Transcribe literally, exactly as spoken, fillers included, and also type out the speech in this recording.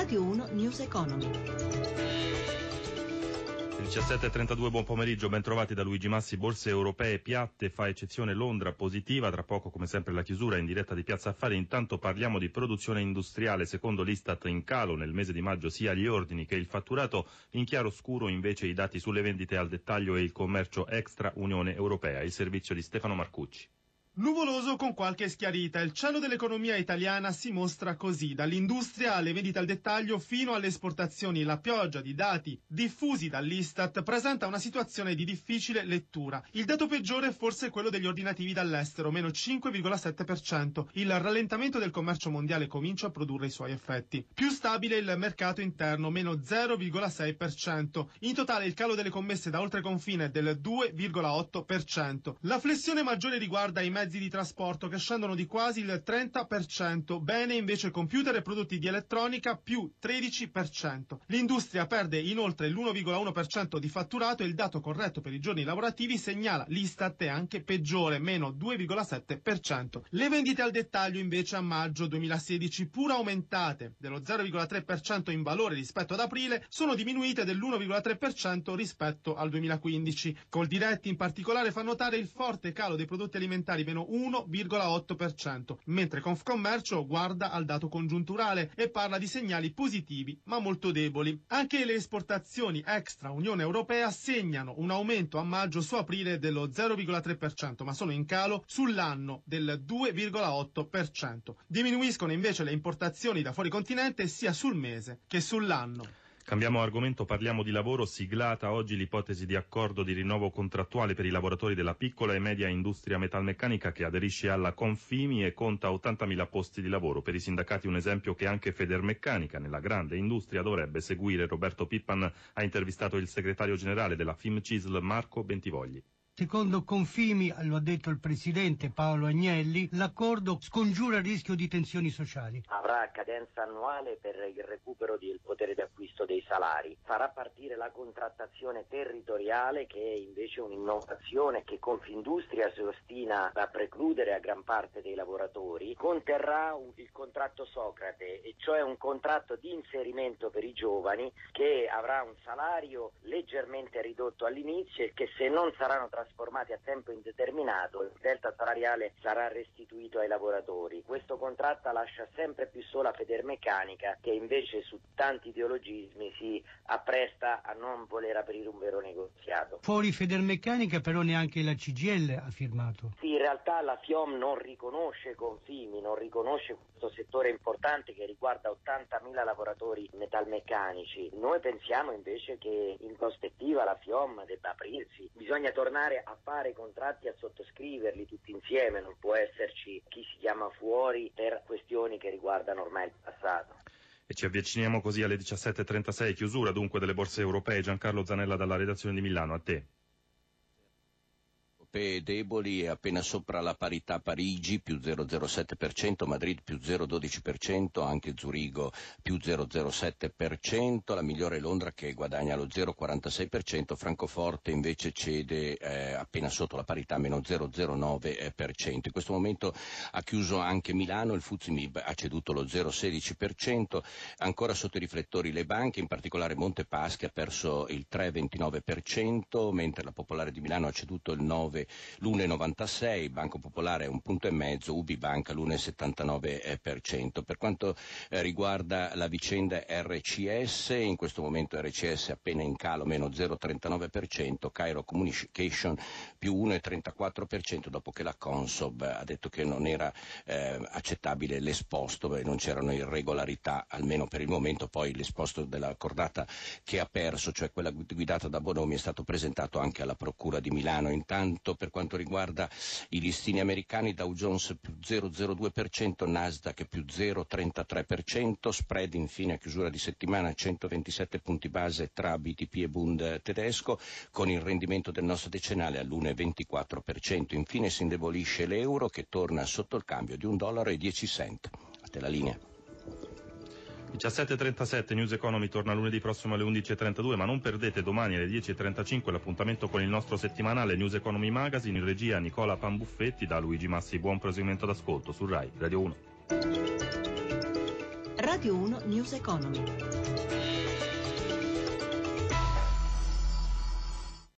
Radio uno News Economy. diciassette e trentadue, buon pomeriggio, ben trovati da Luigi Massi. Borse europee piatte, fa eccezione Londra positiva, tra poco come sempre la chiusura in diretta di Piazza Affari. Intanto parliamo di produzione industriale, secondo l'Istat in calo nel mese di maggio sia gli ordini che il fatturato, in chiaro scuro invece i dati sulle vendite al dettaglio e il commercio extra Unione Europea. Il servizio di Stefano Marcucci. Nuvoloso con qualche schiarita, il cielo dell'economia italiana si mostra così, dall'industria alle vendite al dettaglio fino alle esportazioni. La pioggia di dati diffusi dall'Istat presenta una situazione di difficile lettura. Il dato peggiore è forse quello degli ordinativi dall'estero, meno cinque virgola sette per cento. Il rallentamento del commercio mondiale comincia a produrre i suoi effetti. Più stabile il mercato interno, meno zero virgola sei per cento. In totale il calo delle commesse da oltreconfine è del due virgola otto per cento. La flessione maggiore riguarda i mezzi di trasporto che scendono di quasi il trenta per cento, bene invece computer e prodotti di elettronica più tredici per cento. L'industria perde inoltre l'uno virgola uno per cento di fatturato e il dato corretto per i giorni lavorativi segnala l'Istat è anche peggiore, meno due virgola sette per cento. Le vendite al dettaglio invece a maggio duemilasedici, pur aumentate dello zero virgola tre per cento in valore rispetto ad aprile, sono diminuite dell'uno virgola tre per cento rispetto al duemilaquindici. Coldiretti in particolare fa notare il forte calo dei prodotti alimentari, meno uno virgola otto per cento, mentre Confcommercio guarda al dato congiunturale e parla di segnali positivi ma molto deboli. Anche le esportazioni extra Unione Europea segnano un aumento a maggio su aprile dello zero virgola tre per cento, ma sono in calo sull'anno del due virgola otto per cento. Diminuiscono invece le importazioni da fuori continente sia sul mese che sull'anno. Cambiamo argomento, parliamo di lavoro. Siglata oggi l'ipotesi di accordo di rinnovo contrattuale per i lavoratori della piccola e media industria metalmeccanica che aderisce alla Confimi e conta ottantamila posti di lavoro. Per i sindacati un esempio che anche Federmeccanica nella grande industria dovrebbe seguire. Roberto Pippan ha intervistato il segretario generale della Fimcisl Marco Bentivogli. Secondo Confimi, lo ha detto il presidente Paolo Agnelli, l'accordo scongiura il rischio di tensioni sociali. Avrà cadenza annuale per il recupero del potere di acquisto dei salari. Farà partire la contrattazione territoriale, che è invece un'innovazione che Confindustria si ostina a precludere a gran parte dei lavoratori. Conterrà un, il contratto Socrate, e cioè un contratto di inserimento per i giovani che avrà un salario leggermente ridotto all'inizio e che se non saranno trasformati trasformati a tempo indeterminato, il delta salariale sarà restituito ai lavoratori. Questo contratto lascia sempre più sola Federmeccanica, che invece su tanti ideologismi si appresta a non voler aprire un vero negoziato. Fuori Federmeccanica però neanche la C G I L ha firmato. Sì, in realtà la FIOM non riconosce Confimi, non riconosce questo settore importante che riguarda ottantamila lavoratori metalmeccanici. Noi pensiamo invece che in prospettiva la FIOM debba aprirsi. Bisogna tornare a fare i contratti, a sottoscriverli tutti insieme, non può esserci chi si chiama fuori per questioni che riguardano ormai il passato. E ci avviciniamo così alle diciassette e trentasei, chiusura dunque delle borse europee. Giancarlo Zanella dalla redazione di Milano, a te. Deboli e appena sopra la parità Parigi più zero virgola zero sette per cento, Madrid più zero virgola dodici per cento, anche Zurigo più zero virgola zero sette per cento, la migliore è Londra che guadagna lo zero virgola quarantasei per cento, Francoforte invece cede eh, appena sotto la parità meno zero virgola zero nove per cento. In questo momento ha chiuso anche Milano, il Fuzzi Mib ha ceduto lo zero virgola sedici per cento, ancora sotto i riflettori le banche, in particolare Montepaschi ha perso il tre virgola ventinove per cento, mentre la Popolare di Milano ha ceduto il nove l'uno virgola novantasei, Banco Popolare è un punto e mezzo, Ubibanca l'uno virgola settantanove per cento. Per quanto eh, riguarda la vicenda R C S, in questo momento R C S è appena in calo, meno zero virgola trentanove per cento, Cairo Communication più uno virgola trentaquattro per cento dopo che la Consob ha detto che non era eh, accettabile l'esposto, beh, non c'erano irregolarità, almeno per il momento. Poi l'esposto della cordata che ha perso, cioè quella guidata da Bonomi, è stato presentato anche alla Procura di Milano. Intanto per quanto riguarda i listini americani, Dow Jones più zero virgola zero due per cento, Nasdaq più zero virgola trentatré per cento, spread infine a chiusura di settimana centoventisette punti base tra B T P e Bund tedesco, con il rendimento del nostro decennale all'uno virgola ventiquattro per cento. Infine si indebolisce l'euro che torna sotto il cambio di un dollaro e dieci cent. A te la linea. diciassette e trentasette, News Economy torna lunedì prossimo alle undici e trentadue, ma non perdete domani alle dieci e trentacinque l'appuntamento con il nostro settimanale News Economy Magazine. In regia Nicola Pambuffetti, da Luigi Massi buon proseguimento d'ascolto su Rai Radio uno. Radio uno News Economy.